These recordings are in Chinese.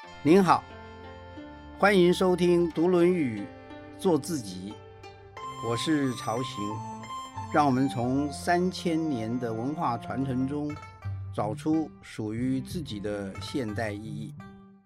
您好，欢迎收听读《论语》，做自己。我是曹行，让我们从3000年的文化传承中，找出属于自己的现代意义。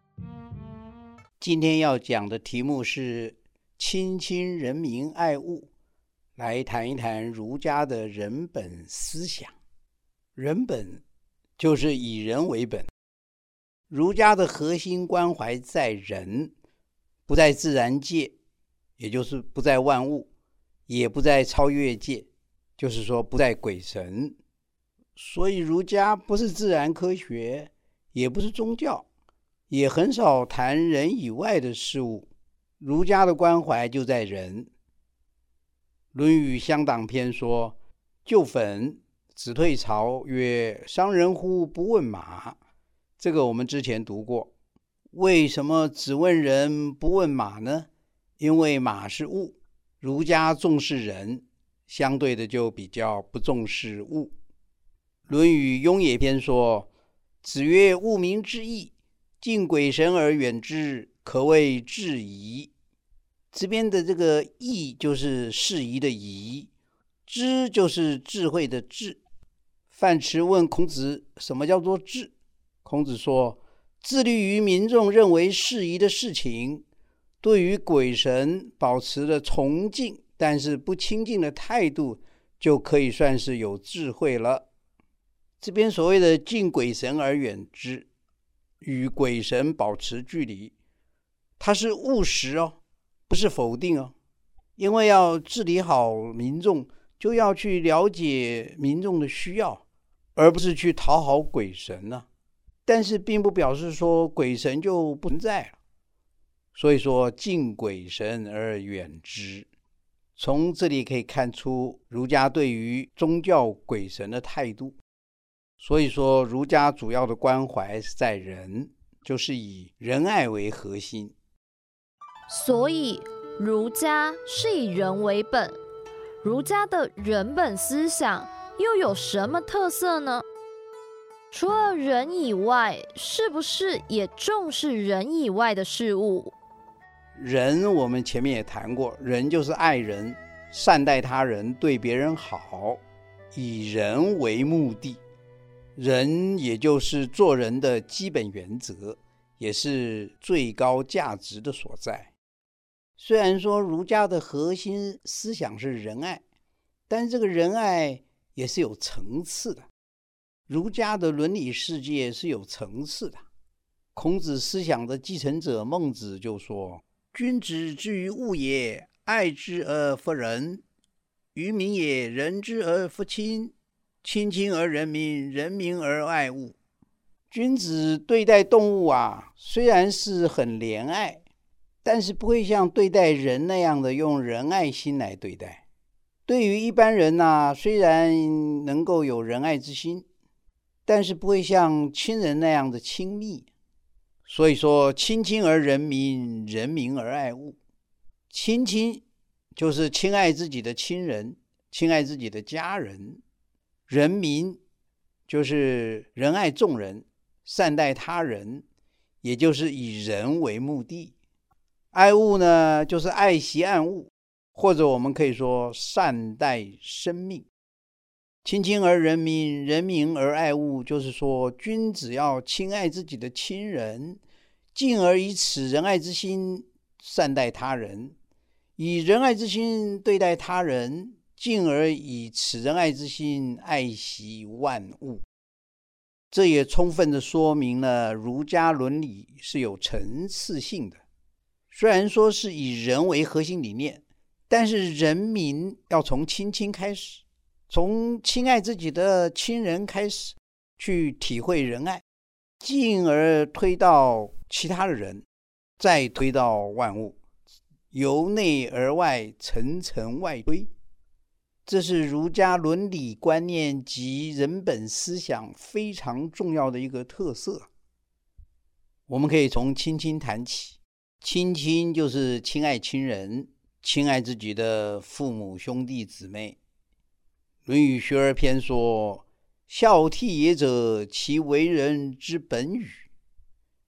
今天要讲的题目是亲亲仁民爱物，来谈一谈儒家的人本思想。人本就是以人为本，儒家的核心关怀在人，不在自然界，也就是不在万物，也不在超越界，就是说不在鬼神。所以儒家不是自然科学，也不是宗教，也很少谈人以外的事物。儒家的关怀就在人。论语乡党篇说：就粉子退朝曰：伤人乎不问马。这个我们之前读过。为什么只问人不问马呢？因为马是物，儒家重视人，相对的就比较不重视物。论语雍也篇说：子曰：物民之义，敬鬼神而远之，可谓至夷。这边的这个义就是适宜的宜，知就是智慧的智。范迟问孔子，什么叫做智？孔子说：致力于民众认为适宜的事情，对于鬼神保持了崇敬但是不亲近的态度，就可以算是有智慧了。这边所谓的敬鬼神而远之，与鬼神保持距离，它是务实哦，不是否定哦。因为要治理好民众，就要去了解民众的需要，而不是去讨好鬼神啊。但是并不表示说鬼神就不存在了。所以说敬鬼神而远之，从这里可以看出儒家对于宗教鬼神的态度。所以说儒家主要的关怀是在人，就是以仁爱为核心。 所以儒家是以人为本，儒家的人本思想又有什么特色呢？除了人以外，是不是也重视人以外的事物？ 人我们前面也谈过，人就是爱人，善待他人，对别人好，以人为目的。人也就是做人的基本原则，也是最高价值的所在。虽然说儒家的核心思想是仁爱，但是这个仁爱也是有层次的。儒家的伦理世界是有层次的。孔子思想的继承者孟子就说：君子之于物也，爱之而不仁；于民也，仁之而不亲。亲亲而仁民，仁民而爱物。君子对待动物虽然是很怜爱，但是不会像对待人那样的用仁爱心来对待。对于一般人虽然能够有仁爱之心，但是不会像亲人那样的亲密。所以说亲亲而仁民，仁民而爱物。亲亲就是亲爱自己的亲人，亲爱自己的家人。仁民就是仁爱众人，善待他人，也就是以人为目的。爱物呢，就是爱惜爱物，或者我们可以说善待生命。亲亲而仁民，仁民而爱物，就是说君子要亲爱自己的亲人，进而以此仁爱之心善待他人，以仁爱之心对待他人，进而以此仁爱之心爱惜万物。这也充分地说明了儒家伦理是有层次性的。虽然说是以人为核心理念，但是人民要从亲亲开始，从亲爱自己的亲人开始，去体会仁爱，进而推到其他的人，再推到万物，由内而外，层层外推。这是儒家伦理观念及人本思想非常重要的一个特色。我们可以从亲亲谈起。亲亲就是亲爱亲人，亲爱自己的父母兄弟姊妹。论语学而篇说：孝悌也者，其为人之本与。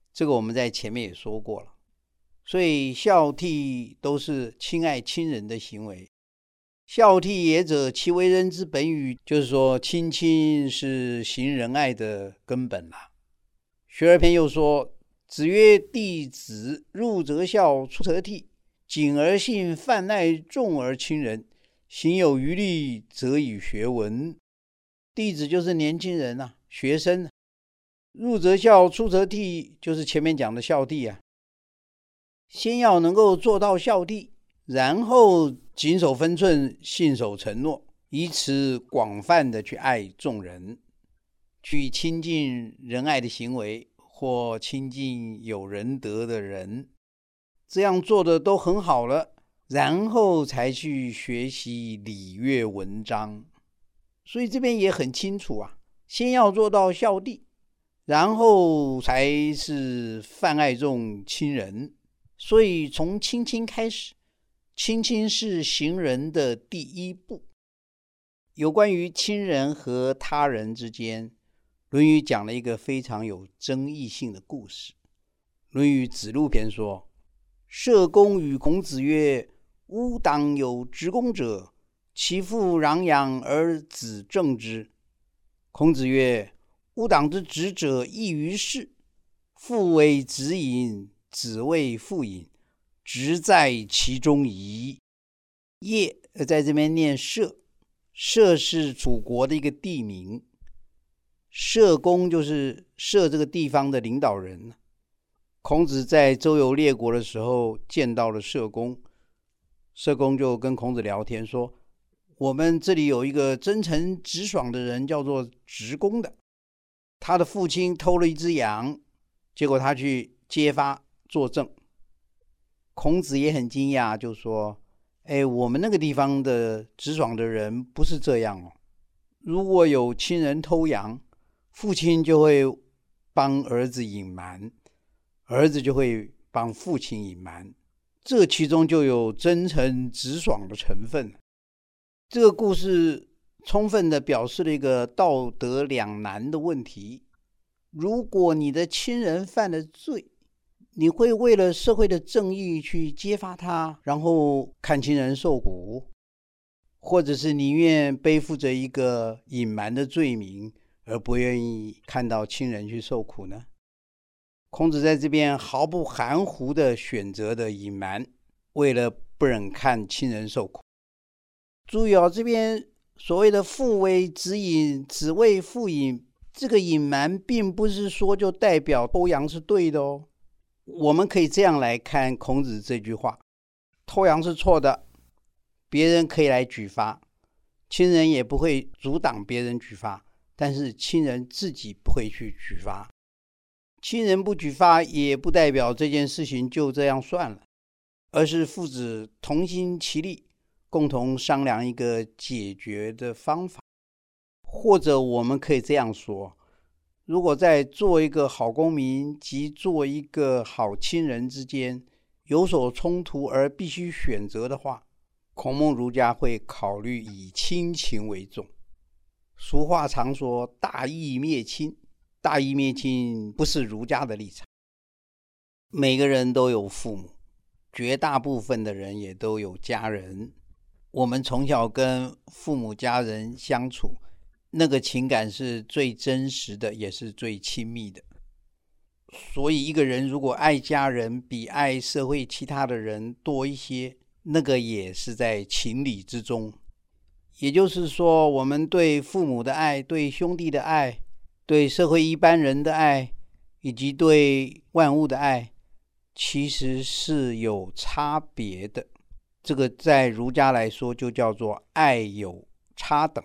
这个我们在前面也说过了。所以孝悌都是亲爱亲人的行为。孝悌也者，其为人之本与，就是说亲亲是行仁爱的根本啦。学而篇又说，子曰：弟子入则孝，出则悌，谨而信，泛爱众而亲仁，行有余力，则以学文。弟子就是年轻人啊，学生。入则孝，出则悌，就是前面讲的孝悌啊。先要能够做到孝悌，然后谨守分寸，信守承诺，以此广泛的去爱众人，去亲近仁爱的行为，或亲近有仁德的人。这样做的都很好了，然后才去学习礼乐文章。所以这边也很清楚啊，先要做到孝悌，然后才是泛爱众亲人。所以从亲亲开始，亲亲是行人的第一步。有关于亲人和他人之间，《论语》讲了一个非常有争议性的故事。《论语·子路篇》说，社公与孔子曰：吾党有执公者，其父攘养而子正之。孔子曰：吾党之执者异于是，父为子隐，子为父隐，直在其中矣。业在这边念社，社是楚国的一个地名，社公就是社这个地方的领导人。孔子在周游列国的时候见到了社公，社公就跟孔子聊天说，我们这里有一个真诚直爽的人，叫做执公的，他的父亲偷了一只羊，结果他去揭发作证。孔子也很惊讶，就说，我们那个地方的直爽的人不是这样哦。如果有亲人偷羊，父亲就会帮儿子隐瞒，儿子就会帮父亲隐瞒，这其中就有真诚直爽的成分。这个故事充分地表示了一个道德两难的问题。如果你的亲人犯了罪，你会为了社会的正义去揭发他，然后看亲人受苦，或者是宁愿背负着一个隐瞒的罪名，而不愿意看到亲人去受苦呢？孔子在这边毫不含糊地选择的隐瞒，为了不忍看亲人受苦。注意这边所谓的父为子隐，子为父隐，这个隐瞒并不是说就代表偷羊是对的哦。我们可以这样来看孔子这句话，偷羊是错的，别人可以来举发，亲人也不会阻挡别人举发，但是亲人自己不会去举发。亲人不举发也不代表这件事情就这样算了，而是父子同心齐力，共同商量一个解决的方法。或者我们可以这样说，如果在做一个好公民及做一个好亲人之间有所冲突而必须选择的话，孔孟儒家会考虑以亲情为重。俗话常说大义灭亲，大义灭亲不是儒家的立场。每个人都有父母，绝大部分的人也都有家人。我们从小跟父母家人相处，那个情感是最真实的，也是最亲密的。所以一个人如果爱家人比爱社会其他的人多一些，那个也是在情理之中。也就是说，我们对父母的爱，对兄弟的爱，对社会一般人的爱，以及对万物的爱，其实是有差别的。这个在儒家来说就叫做爱有差等。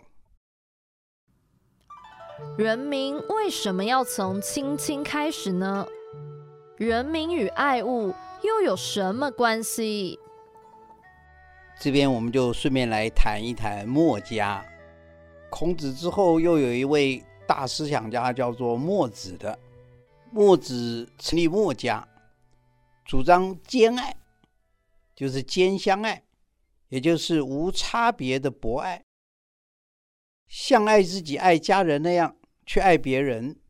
人民为什么要从亲亲开始呢？人民与爱物又有什么关系？ 这边我们就顺便来谈一谈墨家。孔子之后又有一位大思想家叫做墨子的。墨子成立墨家，主张兼爱，就是兼相爱，也就是无差别的博爱，像爱自己爱家人那样去爱别人。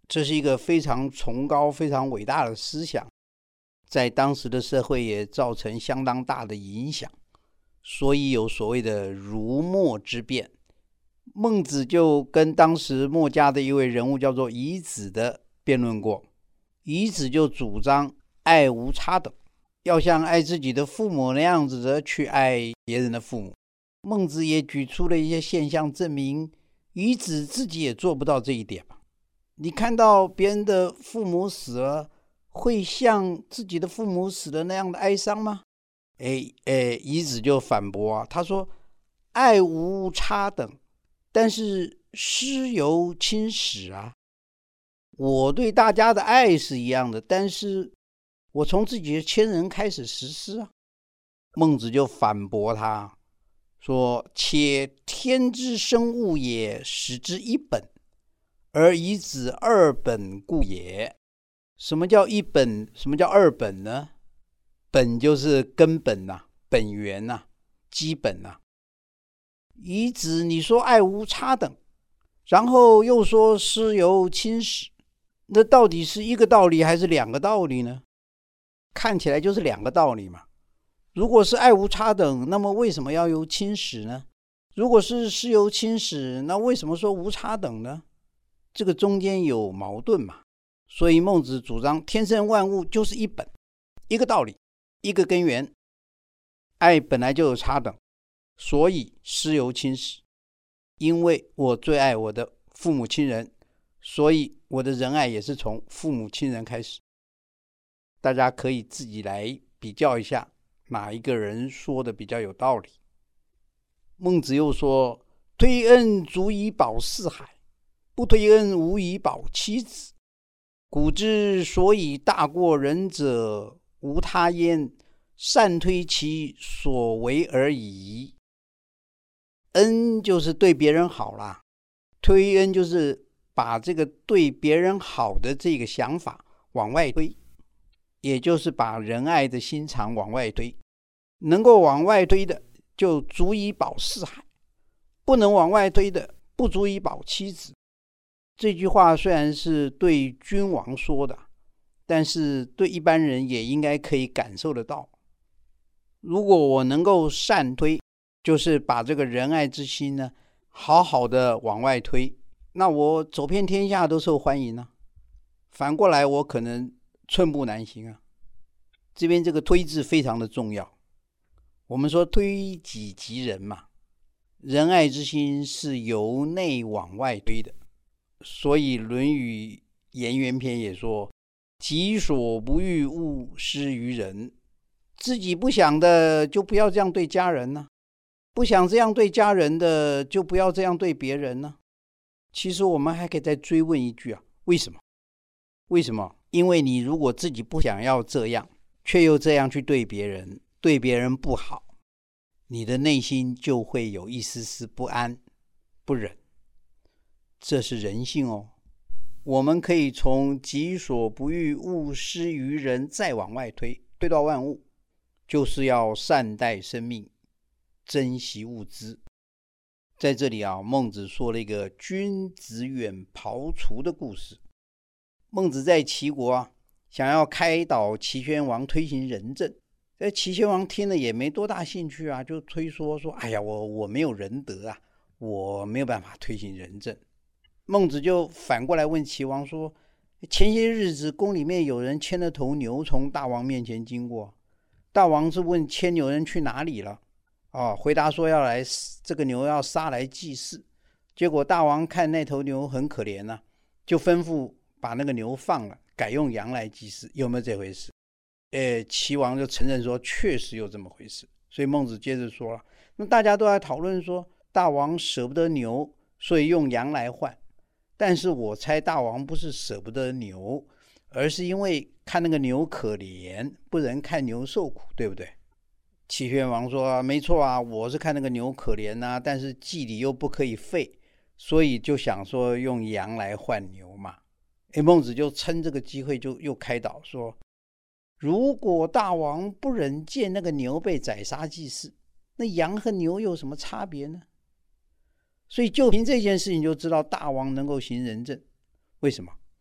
这是一个非常崇高、非常伟大的思想，在当时的社会也造成相当大的影响，所以有所谓的儒墨之辩。孟子就跟当时墨家的一位人物叫做尹子的辩论过。尹子就主张爱无差等，要像爱自己的父母那样子的去爱别人的父母。孟子也举出了一些现象，证明尹子自己也做不到这一点吧。你看到别人的父母死了，会像自己的父母死了那样的哀伤吗？尹子就反驳啊，他说爱无差等，但是师由亲始啊。我对大家的爱是一样的，但是我从自己的亲人开始实施啊。孟子就反驳他说，且天之生物也，使之一本，而以子二本故也。什么叫一本？什么叫二本呢？本就是根本啊，本源啊，基本啊。以子你说爱无差等，然后又说师由亲始，那到底是一个道理还是两个道理呢？看起来就是两个道理嘛。如果是爱无差等，那么为什么要由亲始呢？如果是师由亲始，那为什么说无差等呢？这个中间有矛盾嘛。所以孟子主张天生万物就是一本，一个道理，一个根源。爱本来就有差等，所以师由亲始。因为我最爱我的父母亲人，所以我的仁爱也是从父母亲人开始。大家可以自己来比较一下，哪一个人说的比较有道理。孟子又说，推恩足以保四海，不推恩无以保妻子。古之所以大过人者无他焉，善推其所为而已。恩就是对别人好啦，推恩就是把这个对别人好的这个想法往外推，也就是把仁爱的心肠往外推。能够往外推的就足以保四海，不能往外推的不足以保妻子。这句话虽然是对君王说的，但是对一般人也应该可以感受得到。如果我能够善推，就是把这个仁爱之心呢，好好的往外推，那我走遍天下都受欢迎啊。反过来我可能寸步难行啊。这边这个推字非常的重要。我们说推己及人嘛，仁爱之心是由内往外推的。所以《论语·颜渊篇》也说，己所不欲，勿施于人。自己不想的就不要这样对家人呢，不想这样对家人的就不要这样对别人呢。其实我们还可以再追问一句啊，为什么？为什么？因为你如果自己不想要这样，却又这样去对别人，对别人不好，你的内心就会有一丝丝不安、不忍。这是人性哦。我们可以从己所不欲，勿施于人再往外推，推到万物，就是要善待生命，珍惜物资。在这里啊，孟子说了一个君子远庖厨的故事。孟子在齐国啊，想要开导齐宣王推行仁政，齐宣王听了也没多大兴趣啊，就推说哎呀，我没有仁德啊，我没有办法推行仁政。孟子就反过来问齐王说，前些日子宫里面有人牵了头牛从大王面前经过，大王是问牵牛人去哪里了，回答说要来，这个牛要杀来祭祀。结果大王看那头牛很可怜啊，就吩咐把那个牛放了，改用羊来祭祀。有没有这回事？齐王就承认说确实有这么回事。所以孟子接着说了，那大家都在讨论说大王舍不得牛，所以用羊来换。但是我猜大王不是舍不得牛，而是因为看那个牛可怜，不忍看牛受苦，对不对？齐宣王说，没错啊，我是看那个牛可怜啊，但是祭礼又不可以废，所以就想说用羊来换牛嘛。孟子就趁这个机会就又开导说，如果大王不忍见那个牛被宰杀祭祀，那羊和牛有什么差别呢？所以就凭这件事情就知道大王能够行仁政。为什么？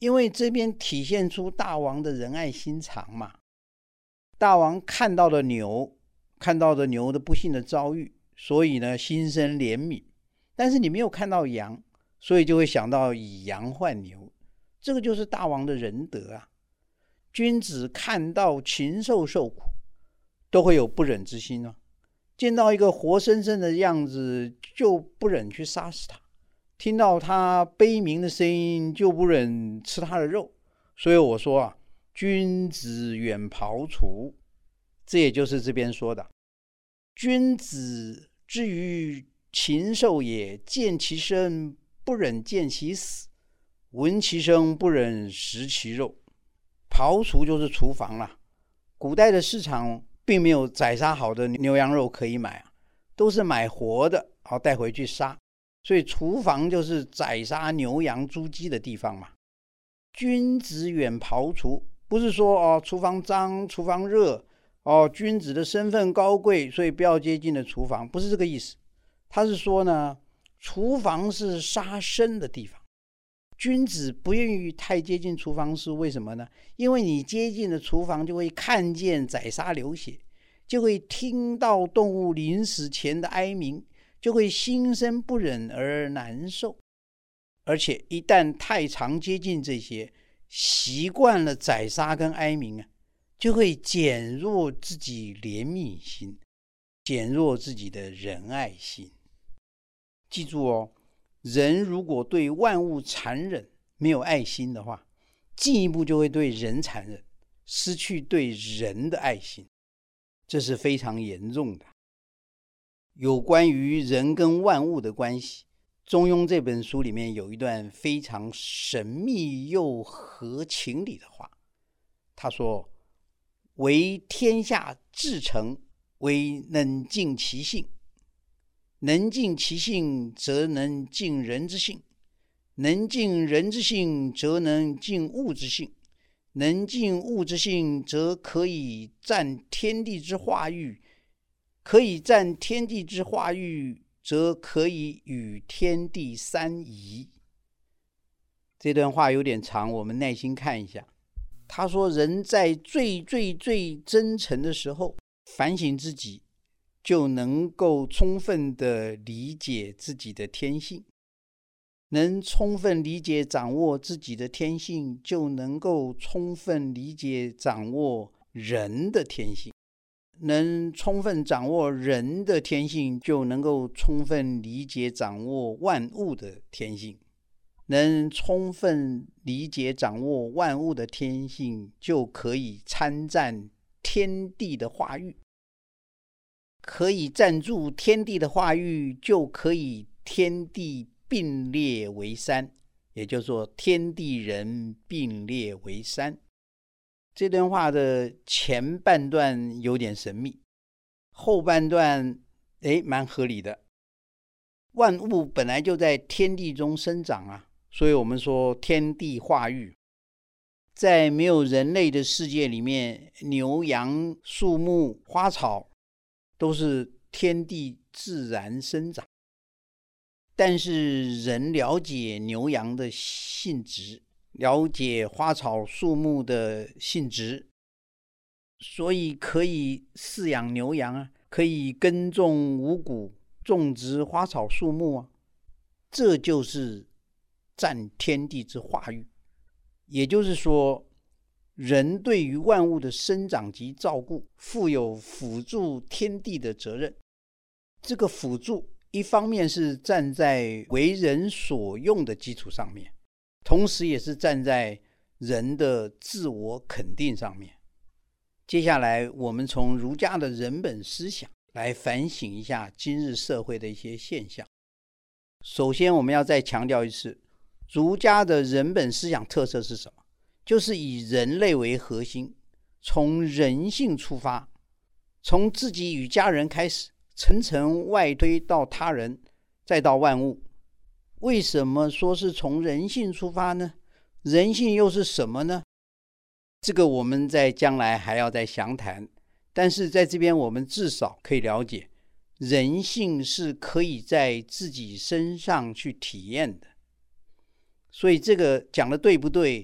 因为这边体现出大王的仁爱心肠嘛。大王看到了牛的不幸的遭遇，所以呢心生怜悯。但是你没有看到羊，所以就会想到以羊换牛，这个就是大王的仁德啊。君子看到禽兽受苦，都会有不忍之心啊。见到一个活生生的样子，就不忍去杀死它；听到他悲鸣的声音，就不忍吃他的肉。所以我说啊，君子远庖厨，这也就是这边说的，君子之于禽兽也，见其生，不忍见其死；闻其声，不忍食其肉。庖厨就是厨房啦。古代的市场并没有宰杀好的牛羊肉可以买啊，都是买活的，带回去杀。所以厨房就是宰杀牛羊猪鸡的地方嘛。君子远庖厨，不是说厨房脏厨房热君子的身份高贵，所以不要接近的厨房，不是这个意思。他是说呢，厨房是杀生的地方，君子不愿意太接近厨房，是为什么呢？因为你接近了厨房，就会看见宰杀流血，就会听到动物临死前的哀鸣，就会心生不忍而难受。而且一旦太常接近这些，习惯了宰杀跟哀鸣就会减弱自己怜悯心，减弱自己的仁爱心。记住人如果对万物残忍，没有爱心的话，进一步就会对人残忍，失去对人的爱心，这是非常严重的。有关于人跟万物的关系，中庸这本书里面有一段非常神秘又合情理的话，他说，为天下至诚，为能尽其性。能尽其性，则能尽人之性；能尽人之性，则能尽物之性；能尽物之性，则可以占天地之化育；可以占天地之化育，则可以与天地三宜。这段话有点长，我们耐心看一下。他说，人在最真诚的时候反省自己，就能够充分的理解自己的天性。能充分理解掌握自己的天性，就能够充分理解掌握人的天性。能充分掌握人的天性，就能够充分理解掌握万物的天性。能充分理解掌握万物的天性，就可以参赞天地的化育。可以站住天地的化育，就可以天地并列为三，也就是说天地人并列为三。这段话的前半段有点神秘，后半段蛮合理的。万物本来就在天地中生长啊，所以我们说天地化育。在没有人类的世界里面，牛羊树木花草都是天地自然生长。但是人了解牛羊的性质，了解花草树木的性质，所以可以饲养牛羊可以耕种五谷，种植花草树木这就是占天地之化育。也就是说，人对于万物的生长及照顾负有辅助天地的责任。这个辅助一方面是站在为人所用的基础上面，同时也是站在人的自我肯定上面。接下来我们从儒家的人本思想来反省一下今日社会的一些现象。首先我们要再强调一次，儒家的人本思想特色是什么？就是以人类为核心，从人性出发，从自己与家人开始，层层外推到他人，再到万物。为什么说是从人性出发呢？人性又是什么呢？这个我们在将来还要再详谈，但是在这边我们至少可以了解，人性是可以在自己身上去体验的。所以这个讲的对不对，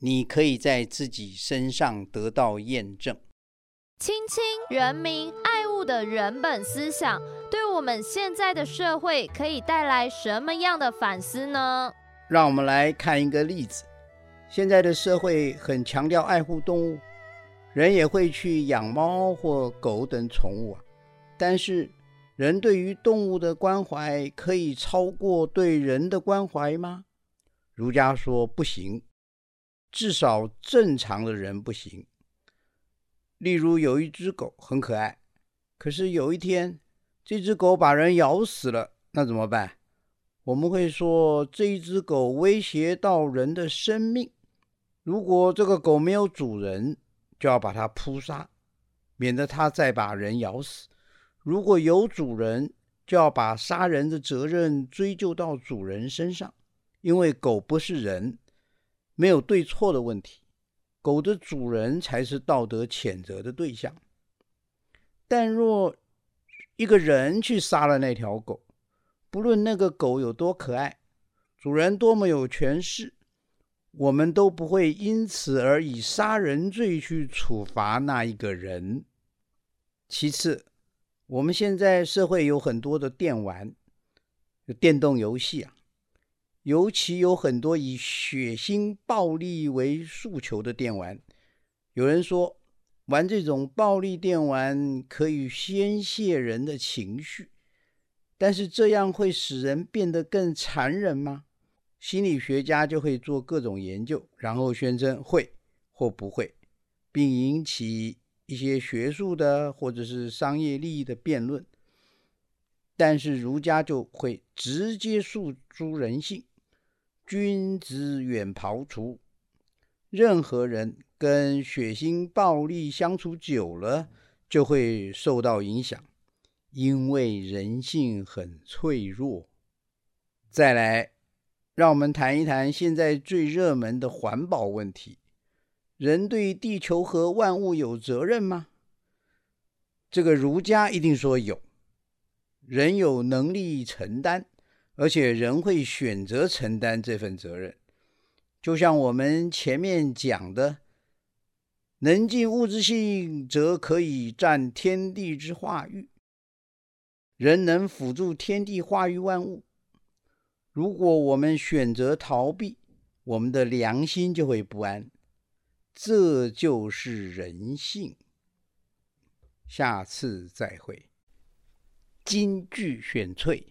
你可以在自己身上得到验证。 亲亲人民爱物的人本思想，对我们现在的社会可以带来什么样的反思呢？ 让我们来看一个例子。现在的社会很强调爱护动物，人也会去养猫或狗等宠物但是人对于动物的关怀可以超过对人的关怀吗？儒家说不行，至少正常的人不行。例如有一只狗很可爱，可是有一天这只狗把人咬死了，那怎么办？我们会说这一只狗威胁到人的生命，如果这个狗没有主人，就要把它扑杀，免得它再把人咬死。如果有主人，就要把杀人的责任追究到主人身上，因为狗不是人，没有对错的问题，狗的主人才是道德谴责的对象。但若一个人去杀了那条狗，不论那个狗有多可爱，主人多么有权势，我们都不会因此而以杀人罪去处罚那一个人。其次，我们现在社会有很多的电玩、电动游戏尤其有很多以血腥暴力为诉求的电玩。有人说，玩这种暴力电玩可以宣泄人的情绪，但是这样会使人变得更残忍吗？心理学家就会做各种研究，然后宣称会或不会，并引起一些学术的或者是商业利益的辩论。但是儒家就会直接诉诸人性，君子远庖厨。任何人跟血腥暴力相处久了，就会受到影响，因为人性很脆弱。再来，让我们谈一谈现在最热门的环保问题。人对地球和万物有责任吗？这个儒家一定说有，人有能力承担，而且人会选择承担这份责任。就像我们前面讲的，能尽物之性，则可以占天地之化育。人能辅助天地化育万物。如果我们选择逃避，我们的良心就会不安。这就是人性。下次再会。金句选粹。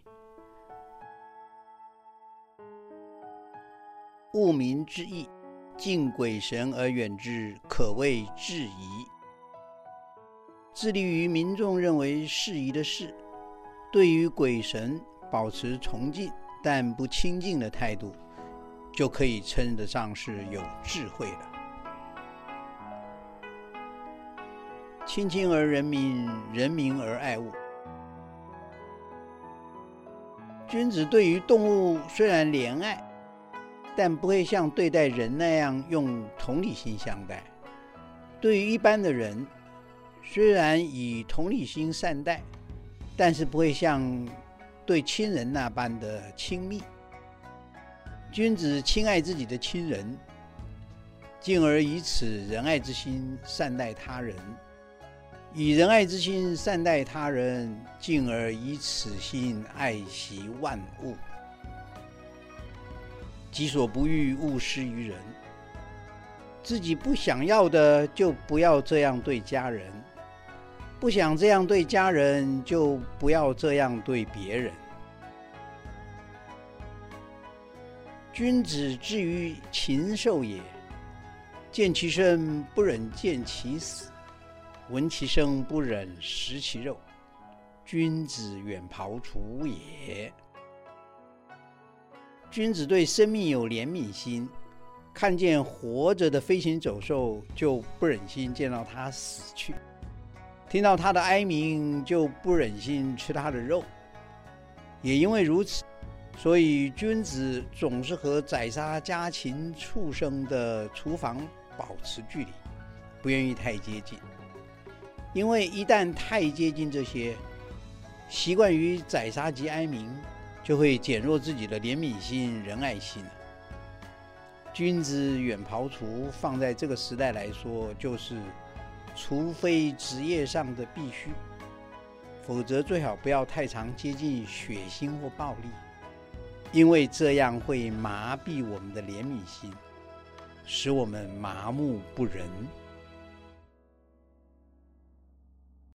务民之义，敬鬼神而远之，可谓至宜。致力于民众认为适宜的事，对于鬼神保持崇敬但不亲近的态度，就可以称得上是有智慧了。亲亲而人民，人民而爱物。君子对于动物虽然怜爱，但不会像对待人那样用同理心相待。对于一般的人，虽然以同理心善待，但是不会像对亲人那般的亲密。君子亲爱自己的亲人，进而以此仁爱之心善待他人，以仁爱之心善待他人，进而以此心爱惜万物。己所不欲，勿施于人。自己不想要的，就不要这样对家人；不想这样对家人，就不要这样对别人。君子之于禽兽也，见其生不忍见其死，闻其声不忍食其肉，君子远庖厨也。君子对生命有怜悯心，看见活着的飞禽走兽，就不忍心见到它死去；听到它的哀鸣，就不忍心吃它的肉。也因为如此，所以君子总是和宰杀家禽畜生的厨房保持距离，不愿意太接近。因为一旦太接近这些，习惯于宰杀及哀鸣，就会减弱自己的怜悯心、仁爱心。 君子远庖厨放在这个时代来说，就是除非职业上的必须，否则最好不要太常接近血腥或暴力，因为这样会麻痹我们的怜悯心，使我们麻木不仁。